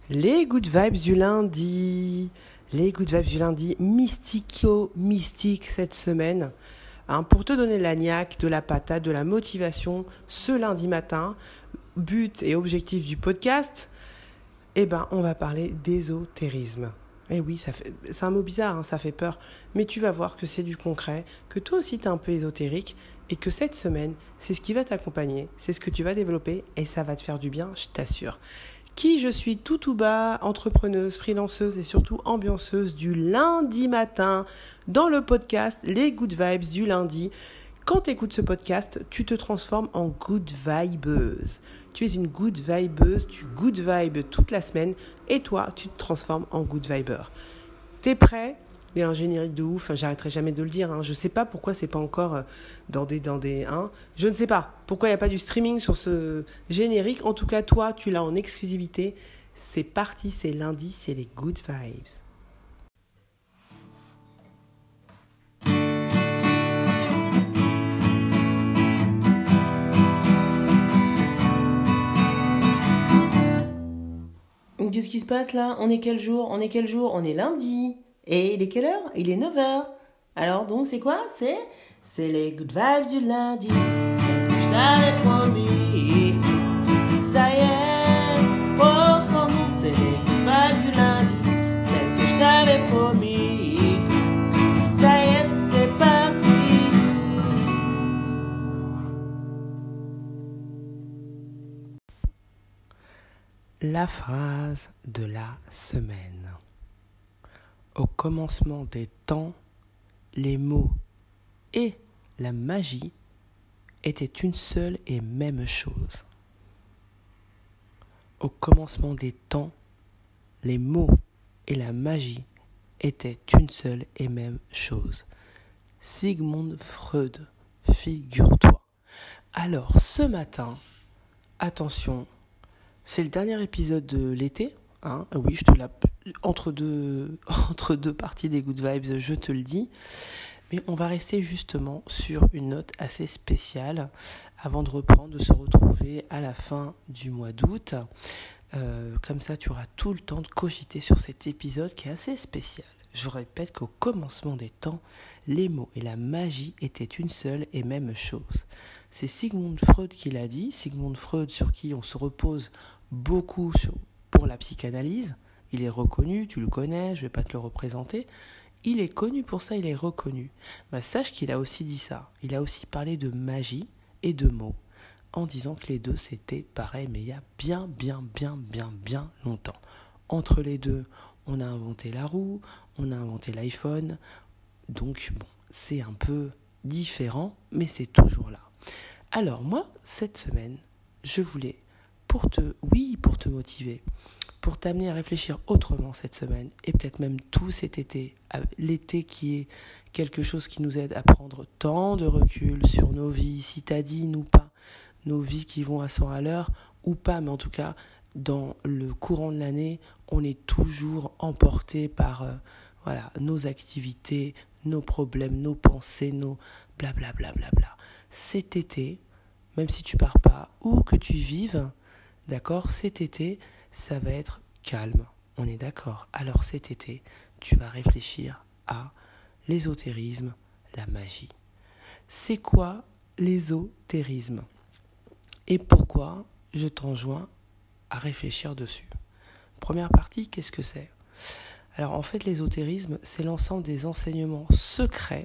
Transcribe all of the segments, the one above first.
Les good vibes du lundi. Les good vibes du lundi mystiques cette semaine. Pour te donner la niaque, de la patate, de la motivation ce lundi matin, but et objectif du podcast, on va parler d'ésotérisme. Et oui, c'est un mot bizarre, ça fait peur. Mais tu vas voir que c'est du concret, que toi aussi t'es un peu ésotérique et que cette semaine, c'est ce qui va t'accompagner, c'est ce que tu vas développer et ça va te faire du bien, je t'assure. Qui je suis tout bas, entrepreneuse, freelanceuse et surtout ambianceuse du lundi matin dans le podcast Les Good Vibes du lundi. Quand tu écoutes ce podcast, tu te transformes en good vibeuse. Tu es une good vibeuse, tu good vibes toute la semaine et toi, tu te transformes en good viber. T'es prêt ? Il y a un générique de ouf, j'arrêterai jamais de le dire. Je sais pas pourquoi c'est pas encore dans des je ne sais pas pourquoi il n'y a pas du streaming sur ce générique. En tout cas, toi, tu l'as en exclusivité. C'est parti, c'est lundi, c'est les good vibes. Qu'est-ce qui se passe là ? On est quel jour ? On est lundi. Et il est quelle heure ? Il est 9h. Alors donc c'est quoi ? C'est les good vibes du lundi. C'est que je t'avais promis. Ça y est, c'est les good vibes du lundi. Celle que je t'avais promis. Ça y est, c'est parti. La phrase de la semaine. Au commencement des temps, les mots et la magie étaient une seule et même chose. Au commencement des temps, les mots et la magie étaient une seule et même chose. Sigmund Freud, figure-toi. Alors, ce matin, attention, c'est le dernier épisode de l'été. Oui, entre deux parties des Good Vibes, je te le dis. Mais on va rester justement sur une note assez spéciale avant de reprendre, de se retrouver à la fin du mois d'août. Comme ça, tu auras tout le temps de cogiter sur cet épisode qui est assez spécial. Je répète qu'au commencement des temps, les mots et la magie étaient une seule et même chose. C'est Sigmund Freud qui l'a dit. Sigmund Freud, sur qui on se repose beaucoup pour la psychanalyse. Il est reconnu, tu le connais, je ne vais pas te le représenter. Il est connu pour ça, il est reconnu. Sache qu'il a aussi dit ça. Il a aussi parlé de magie et de mots, en disant que les deux c'était pareil, mais il y a bien longtemps. Entre les deux, on a inventé la roue, on a inventé l'iPhone. Donc c'est un peu différent, mais c'est toujours là. Alors moi, cette semaine, je voulais, pour te motiver, pour t'amener à réfléchir autrement cette semaine, et peut-être même tout cet été, l'été qui est quelque chose qui nous aide à prendre tant de recul sur nos vies, citadines ou pas, nos vies qui vont à 100 à l'heure ou pas, mais en tout cas, dans le courant de l'année, on est toujours emporté par nos activités, nos problèmes, nos pensées, nos blablabla. Cet été, même si tu pars pas, où que tu vives, d'accord, cet été, ça va être calme, on est d'accord. Alors cet été, tu vas réfléchir à l'ésotérisme, la magie. C'est quoi l'ésotérisme ? Et pourquoi je t'enjoins à réfléchir dessus ? Première partie, qu'est-ce que c'est ? Alors en fait, l'ésotérisme, c'est l'ensemble des enseignements secrets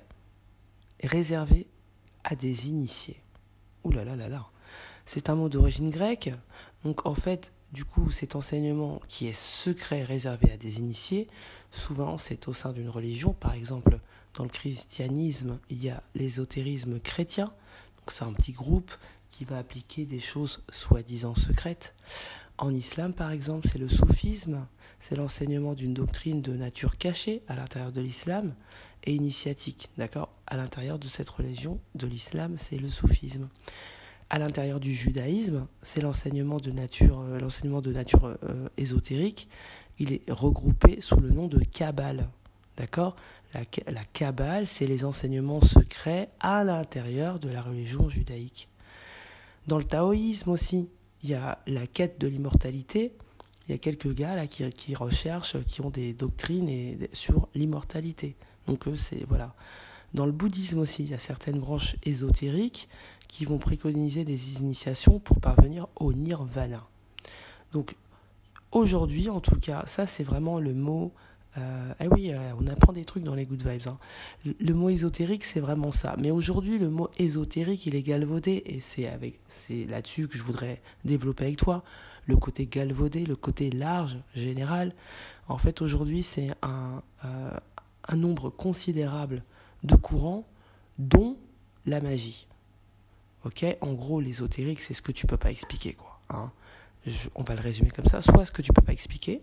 réservés à des initiés. Ouh là là là là. C'est un mot d'origine grecque. Donc en fait, du coup, cet enseignement qui est secret, réservé à des initiés, souvent c'est au sein d'une religion. Par exemple, dans le christianisme, il y a l'ésotérisme chrétien. Donc c'est un petit groupe qui va appliquer des choses soi-disant secrètes. En islam, par exemple, c'est le soufisme. C'est l'enseignement d'une doctrine de nature cachée à l'intérieur de l'islam et initiatique. D'accord ? À l'intérieur de cette religion de l'islam, c'est le soufisme. À l'intérieur du judaïsme, c'est l'enseignement de nature ésotérique. Il est regroupé sous le nom de Kabbale. D'accord ? La Kabbale, c'est les enseignements secrets à l'intérieur de la religion judaïque. Dans le taoïsme aussi, il y a la quête de l'immortalité il y a quelques gars là qui recherchent, qui ont des doctrines sur l'immortalité. Donc c'est voilà. Dans le bouddhisme aussi, il y a certaines branches ésotériques qui vont préconiser des initiations pour parvenir au nirvana. Donc aujourd'hui, en tout cas, ça c'est vraiment le mot. On apprend des trucs dans les good vibes. Hein. Le mot ésotérique, c'est vraiment ça. Mais aujourd'hui, le mot ésotérique, il est galvaudé et c'est là-dessus que je voudrais développer avec toi. Le côté galvaudé, le côté large, général. En fait, aujourd'hui, c'est un nombre considérable de courants, dont la magie. Ok ? En gros, l'ésotérique, c'est ce que tu peux pas expliquer, quoi. Hein ? On va le résumer comme ça. Soit ce que tu peux pas expliquer.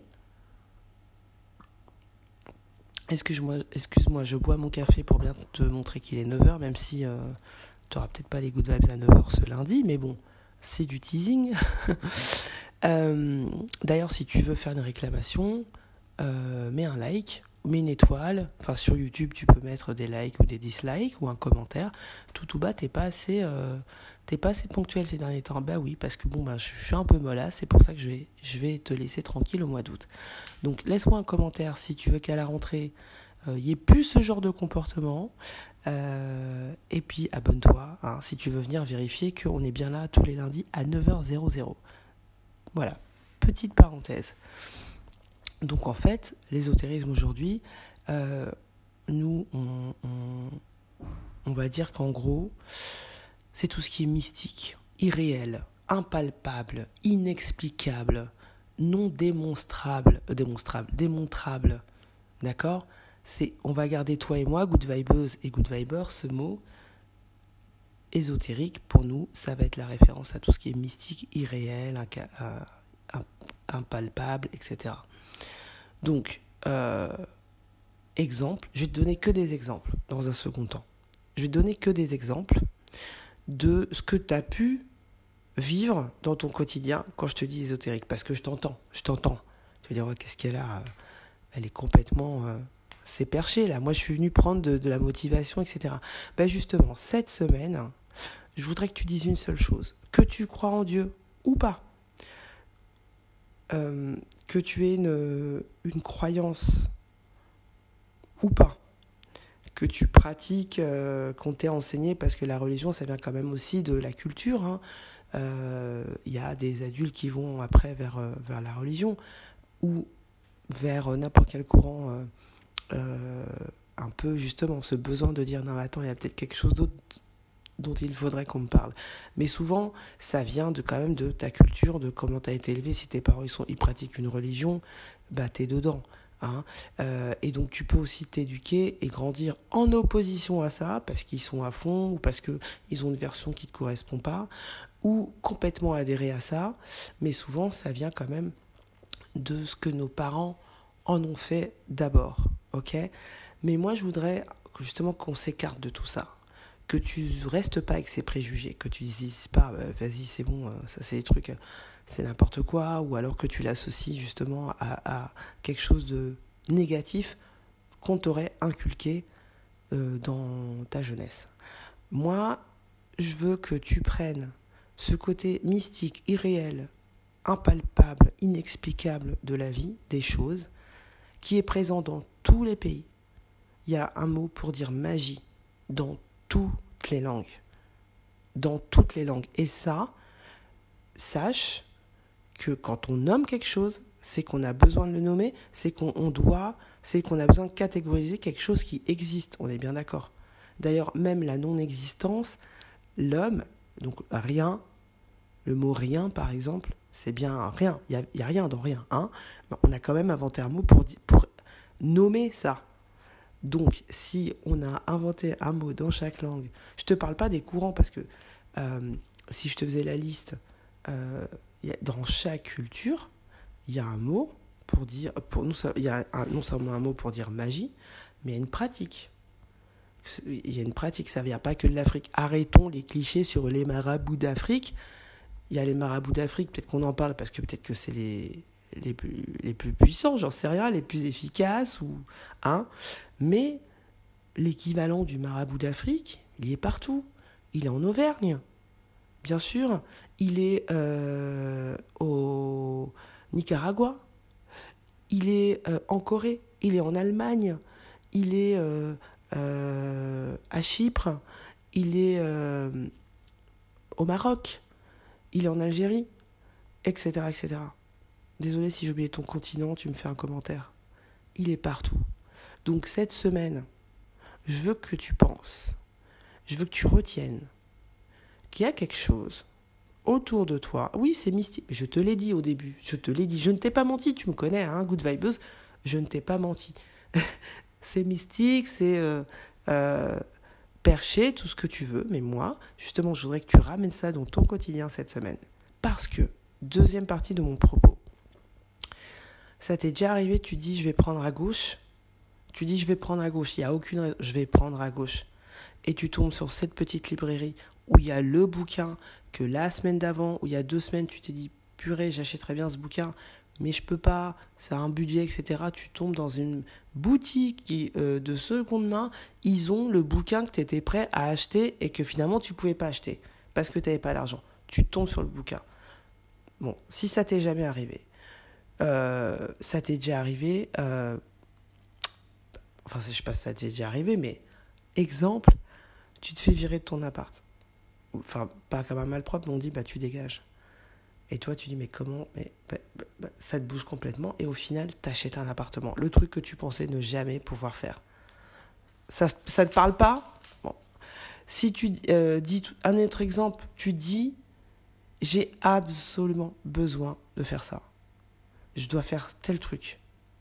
Excuse-moi, je bois mon café pour bien te montrer qu'il est 9h, même si tu n'auras peut-être pas les good vibes à 9h ce lundi, mais bon, c'est du teasing. D'ailleurs, si tu veux faire une réclamation, mets un like, mets une étoile. Enfin, sur YouTube, tu peux mettre des likes ou des dislikes ou un commentaire. Tout bas, t'es pas assez ponctuel ces derniers temps. Bah oui, parce que je suis un peu mollasse, c'est pour ça que je vais te laisser tranquille au mois d'août. Donc, laisse-moi un commentaire si tu veux qu'à la rentrée, il n'y ait plus ce genre de comportement. Et puis, abonne-toi si tu veux venir vérifier qu'on est bien là tous les lundis à 9h00. Voilà, petite parenthèse. Donc en fait, l'ésotérisme aujourd'hui, nous, on va dire qu'en gros, c'est tout ce qui est mystique, irréel, impalpable, inexplicable, non démontrable, d'accord ? On va garder toi et moi, good vibeuse et good viber, ce mot ésotérique, pour nous, ça va être la référence à tout ce qui est mystique, irréel, impalpable, etc. Donc, exemple, je vais te donner que des exemples dans un second temps. Je vais te donner que des exemples de ce que tu as pu vivre dans ton quotidien quand je te dis ésotérique. Parce que je t'entends. Tu vas dire, qu'est-ce qu'elle a ? Elle est complètement... c'est perché, là. Moi, je suis venu prendre de la motivation, etc. Justement, cette semaine, je voudrais que tu dises une seule chose. Que tu crois en Dieu ou pas. Que tu aies une croyance ou pas, que tu pratiques, qu'on t'ait enseigné, parce que la religion, ça vient quand même aussi de la culture. Y a des adultes qui vont après vers la religion ou vers n'importe quel courant, un peu justement ce besoin de dire non, attends, il y a peut-être quelque chose d'autre dont il faudrait qu'on me parle. Mais souvent, ça vient quand même de ta culture, de comment tu as été élevé. Si tes parents ils pratiquent une religion, t'es dedans. Et donc tu peux aussi t'éduquer et grandir en opposition à ça, parce qu'ils sont à fond, ou parce qu'ils ont une version qui ne te correspond pas, ou complètement adhérer à ça. Mais souvent, ça vient quand même de ce que nos parents en ont fait d'abord. Ok ? Mais moi, je voudrais justement qu'on s'écarte de tout ça. Que tu restes pas avec ces préjugés, que tu dises pas vas-y c'est bon, ça c'est des trucs, c'est n'importe quoi, ou alors que tu l'associes justement à quelque chose de négatif qu'on t'aurait inculqué dans ta jeunesse. Moi, je veux que tu prennes ce côté mystique, irréel, impalpable, inexplicable de la vie, des choses, qui est présent dans tous les pays. Il y a un mot pour dire magie dans toutes les langues. Dans toutes les langues. Et ça, sache que quand on nomme quelque chose, c'est qu'on a besoin de le nommer, c'est qu'on a besoin de catégoriser quelque chose qui existe. On est bien d'accord. D'ailleurs, même la non-existence, l'homme, donc rien, le mot rien par exemple, c'est bien rien. Il y a rien dans rien. On a quand même inventé un mot pour nommer ça. Donc, si on a inventé un mot dans chaque langue, je ne te parle pas des courants, parce que si je te faisais la liste, dans chaque culture, il y a un mot pour dire, il y a non seulement un mot pour dire magie, mais il y a une pratique. Il y a une pratique, ça ne vient pas que de l'Afrique. Arrêtons les clichés sur les marabouts d'Afrique. Il y a les marabouts d'Afrique, peut-être qu'on en parle, parce que peut-être que c'est les plus puissants, j'en sais rien, les plus efficaces, mais l'équivalent du marabout d'Afrique, il est partout. Il est en Auvergne, bien sûr. Il est Nicaragua, il est en Corée, il est en Allemagne, il est à Chypre, il est au Maroc, il est en Algérie, etc., etc. Désolé si j'ai oublié ton continent, tu me fais un commentaire. Il est partout. Donc cette semaine, je veux que tu penses, je veux que tu retiennes qu'il y a quelque chose autour de toi. Oui, c'est mystique. Je te l'ai dit au début, je ne t'ai pas menti, tu me connais, hein, Good Vibes, je ne t'ai pas menti. C'est mystique, c'est perché, tout ce que tu veux, mais moi, justement, je voudrais que tu ramènes ça dans ton quotidien cette semaine. Parce que, deuxième partie de mon propos, ça t'est déjà arrivé, tu dis je vais prendre à gauche, il n'y a aucune raison, je vais prendre à gauche. Et tu tombes sur cette petite librairie où il y a le bouquin que la semaine d'avant, ou il y a 2 semaines, tu t'es dit purée, j'achèterais bien ce bouquin, mais je peux pas, ça a un budget, etc. Tu tombes dans une boutique de seconde main, ils ont le bouquin que tu étais prêt à acheter et que finalement tu pouvais pas acheter parce que tu n'avais pas l'argent. Tu tombes sur le bouquin. Bon, si ça t'est jamais arrivé, ça t'est déjà arrivé, enfin je sais pas si ça t'est déjà arrivé, mais exemple, tu te fais virer de ton appart. Enfin, pas comme un malpropre, mais on dit tu dégages. Et toi, tu dis, mais comment ça te bouge complètement. Et au final, t'achètes un appartement. Le truc que tu pensais ne jamais pouvoir faire. Ça te parle pas ? Bon. Si tu dis un autre exemple, tu dis, j'ai absolument besoin de faire ça. Je dois faire tel truc.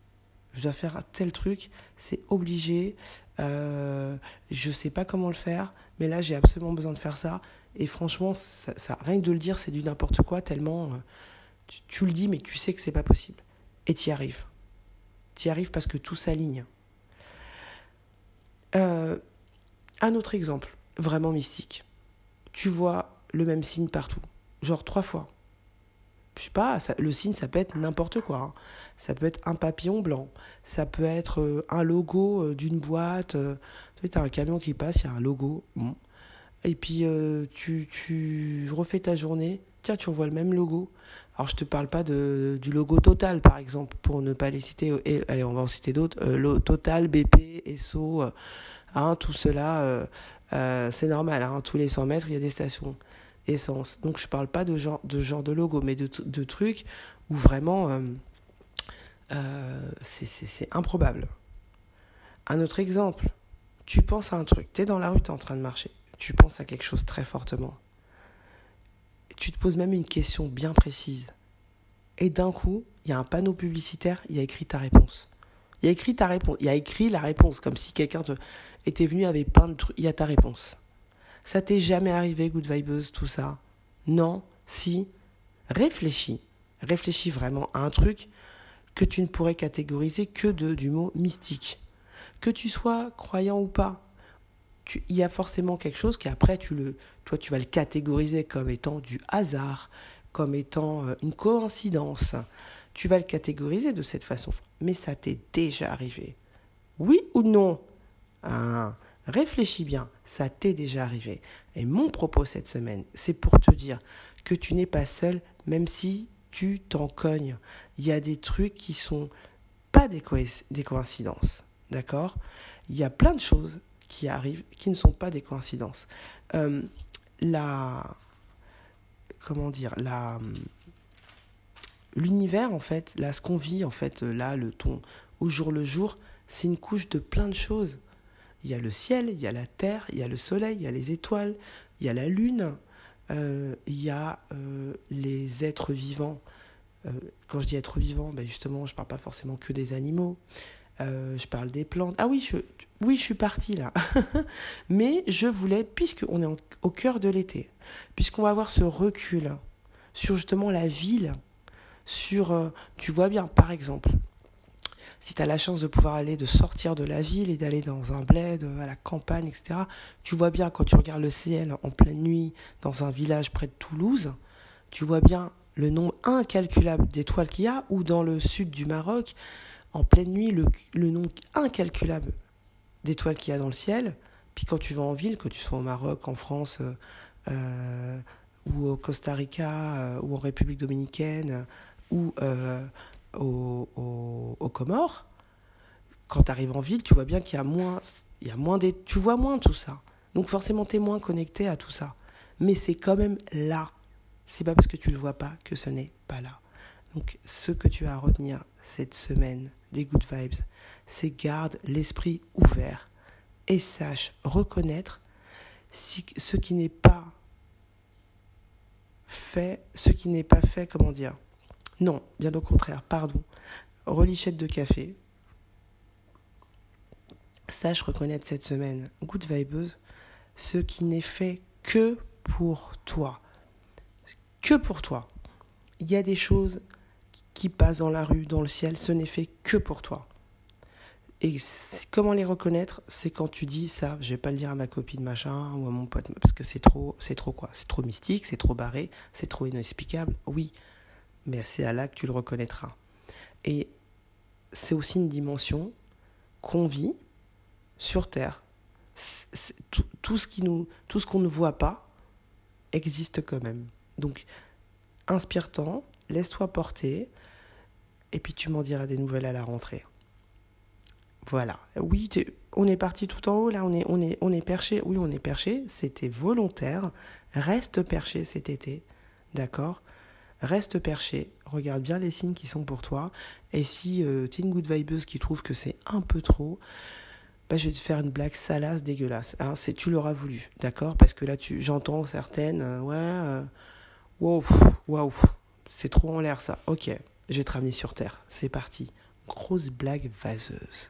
C'est obligé. Je sais pas comment le faire, mais là, j'ai absolument besoin de faire ça. Et franchement, ça, rien que de le dire, c'est du n'importe quoi, tellement tu le dis, mais tu sais que c'est pas possible. Et t'y arrives. T'y arrives parce que tout s'aligne. Un autre exemple, vraiment mystique. Tu vois le même signe partout, genre 3 fois. Je sais pas, le signe, ça peut être n'importe quoi. Hein. Ça peut être un papillon blanc, ça peut être un logo d'une boîte. Tu as un camion qui passe, il y a un logo. Bon. Et puis, tu refais ta journée, tiens, tu revois le même logo. Alors, je te parle pas du logo Total, par exemple, pour ne pas les citer. Allez, on va en citer d'autres. Total, BP, Esso, tout cela, c'est normal. Hein, tous les 100 mètres, il y a des stations essence. Donc, je parle pas de genre de logo, mais de trucs où vraiment, c'est improbable. Un autre exemple, tu penses à un truc, tu es dans la rue, tu es en train de marcher. Tu penses à quelque chose très fortement. Tu te poses même une question bien précise. Et d'un coup, il y a un panneau publicitaire, il y a écrit ta réponse. Il y a écrit la réponse, comme si quelqu'un était venu avec plein de trucs. Il y a ta réponse. Ça t'est jamais arrivé, Good Vibes, tout ça ? Non ? Si ? Réfléchis vraiment à un truc que tu ne pourrais catégoriser que du mot mystique. Que tu sois croyant ou pas. Il y a forcément quelque chose qui après tu vas le catégoriser comme étant du hasard, comme étant une coïncidence. Tu vas le catégoriser de cette façon. Mais ça t'est déjà arrivé. Oui ou non ? Réfléchis bien, ça t'est déjà arrivé. Et mon propos cette semaine, c'est pour te dire que tu n'es pas seul, même si tu t'en cognes. Il y a des trucs qui sont pas des coïncidences. D'accord ? Il y a plein de choses qui arrivent, qui ne sont pas des coïncidences. L'univers, en fait, là, ce qu'on vit, en fait, là, au jour le jour, c'est une couche de plein de choses. Il y a le ciel, il y a la terre, il y a le soleil, il y a les étoiles, il y a la lune, il y a les êtres vivants. Quand je dis êtres vivants, justement, je ne parle pas forcément que des animaux. Je parle des plantes. Ah oui, je suis partie là. Mais je voulais, puisqu'on est au cœur de l'été, puisqu'on va avoir ce recul sur justement la ville, tu vois bien, par exemple, si tu as la chance de sortir de la ville et d'aller dans un bled, à la campagne, etc., tu vois bien quand tu regardes le ciel en pleine nuit dans un village près de Toulouse, tu vois bien le nombre incalculable d'étoiles qu'il y a, ou dans le sud du Maroc, en pleine nuit, le nombre incalculable d'étoiles qu'il y a dans le ciel. Puis quand tu vas en ville, que tu sois au Maroc, en France, ou au Costa Rica, ou en République dominicaine, ou aux Comores, quand tu arrives en ville, tu vois bien qu'il y a moins tu vois moins tout ça. Donc forcément, tu es moins connecté à tout ça. Mais c'est quand même là. C'est pas parce que tu le vois pas que ce n'est pas là. Donc ce que tu as à retenir cette semaine des Good Vibes, c'est garde l'esprit ouvert et sache reconnaître ce qui n'est pas fait, comment dire. Non, bien au contraire, pardon. Relichette de café. Sache reconnaître cette semaine, Good Vibeuse, ce qui n'est fait que pour toi. Que pour toi. Il y a des choses qui passent dans la rue, dans le ciel, ce n'est fait que pour toi. Et comment les reconnaître ? C'est quand tu dis ça, je vais pas le dire à ma copine machin ou à mon pote, parce que c'est trop quoi ? C'est trop mystique, c'est trop barré, c'est trop inexplicable, oui. Mais c'est à là que tu le reconnaîtras. Et c'est aussi une dimension qu'on vit sur Terre. Tout ce qu'on ne voit pas existe quand même. Donc, inspire-t'en, laisse-toi porter, et puis tu m'en diras des nouvelles à la rentrée. Voilà. Oui, on est parti tout en haut, là, on est perché. Oui, on est perché, c'était volontaire. Reste perché cet été, d'accord ? Reste perché, regarde bien les signes qui sont pour toi. Et si t'es une good vibeuse qui trouve que c'est un peu trop, je vais te faire une blague salace, dégueulasse. Hein, tu l'auras voulu, d'accord ? Parce que là, j'entends certaines, waouh, c'est trop en l'air ça. Ok, je vais te ramener sur terre, c'est parti. Grosse blague vaseuse.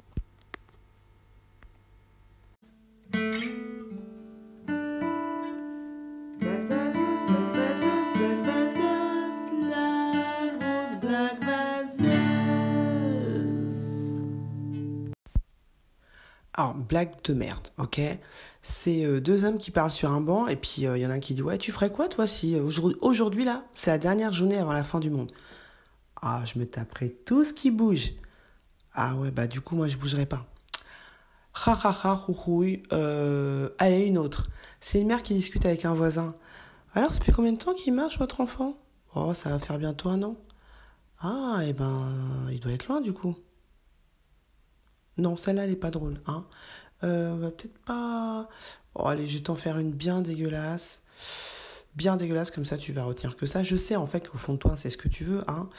Alors, blague de merde, ok ? C'est deux hommes qui parlent sur un banc, et puis y en a un qui dit « Ouais, tu ferais quoi, toi, si aujourd'hui, là, c'est la dernière journée avant la fin du monde ?» Ah, je me taperais tout ce qui bouge. Ah ouais, du coup, moi, je bougerais pas. Ha ha ha, rourouille. Allez, une autre. C'est une mère qui discute avec un voisin. Alors, ça fait combien de temps qu'il marche, votre enfant ? Oh, ça va faire bientôt 1 an. Ah, il doit être loin, du coup. Non, celle-là, elle est pas drôle, hein. On va peut-être pas... Oh, allez, je vais t'en faire une bien dégueulasse. Bien dégueulasse, comme ça, tu vas retenir que ça. Je sais, en fait, qu'au fond de toi, c'est ce que tu veux, hein.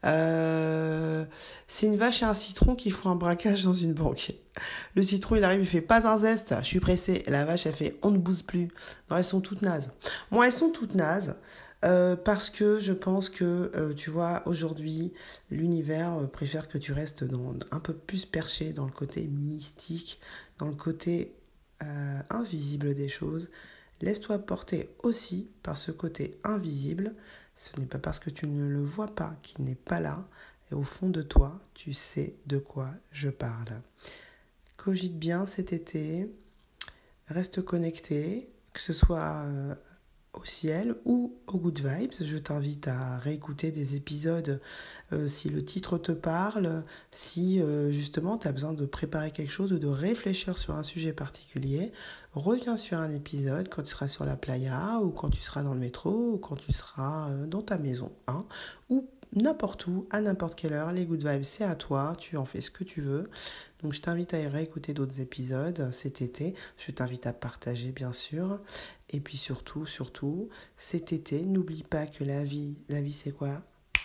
C'est une vache et un citron qui font un braquage dans une banque. Le citron, il arrive, il fait pas un zeste, je suis pressé. Et la vache, elle fait on ne bouse plus. Non, elles sont toutes nazes. Bon, elles sont toutes nazes. Parce que je pense que, tu vois, aujourd'hui, l'univers préfère que tu restes un peu plus perché dans le côté mystique, dans le côté invisible des choses. Laisse-toi porter aussi par ce côté invisible. Ce n'est pas parce que tu ne le vois pas qu'il n'est pas là. Et au fond de toi, tu sais de quoi je parle. Cogite bien cet été. Reste connecté, que ce soit au ciel ou au Good Vibes. Je t'invite à réécouter des épisodes si le titre te parle, si justement tu as besoin de préparer quelque chose ou de réfléchir sur un sujet particulier. Reviens sur un épisode quand tu seras sur la playa ou quand tu seras dans le métro ou quand tu seras dans ta maison, hein, ou n'importe où, à n'importe quelle heure. Les Good Vibes, c'est à toi, tu en fais ce que tu veux. Donc je t'invite à y réécouter d'autres épisodes cet été. Je t'invite à partager, bien sûr. Et puis surtout, cet été, n'oublie pas que la vie c'est quoi ?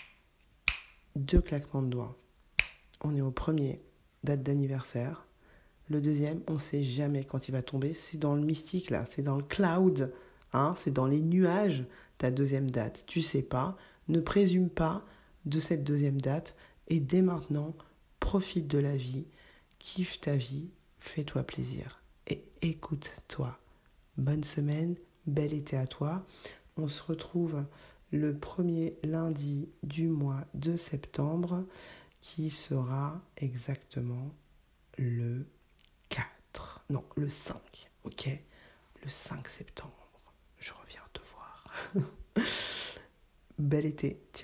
2 claquements de doigts. On est au premier, date d'anniversaire. Le deuxième, on ne sait jamais quand il va tomber. C'est dans le mystique, là. C'est dans le cloud. Hein, c'est dans les nuages, ta deuxième date. Tu sais pas. Ne présume pas de cette deuxième date. Et dès maintenant, profite de la vie. Kiffe ta vie. Fais-toi plaisir. Et écoute-toi. Bonne semaine. Bel été à toi. On se retrouve le premier lundi du mois de septembre, qui sera exactement le 5, ok ? Le 5 septembre, je reviens te voir. Bel été, ciao !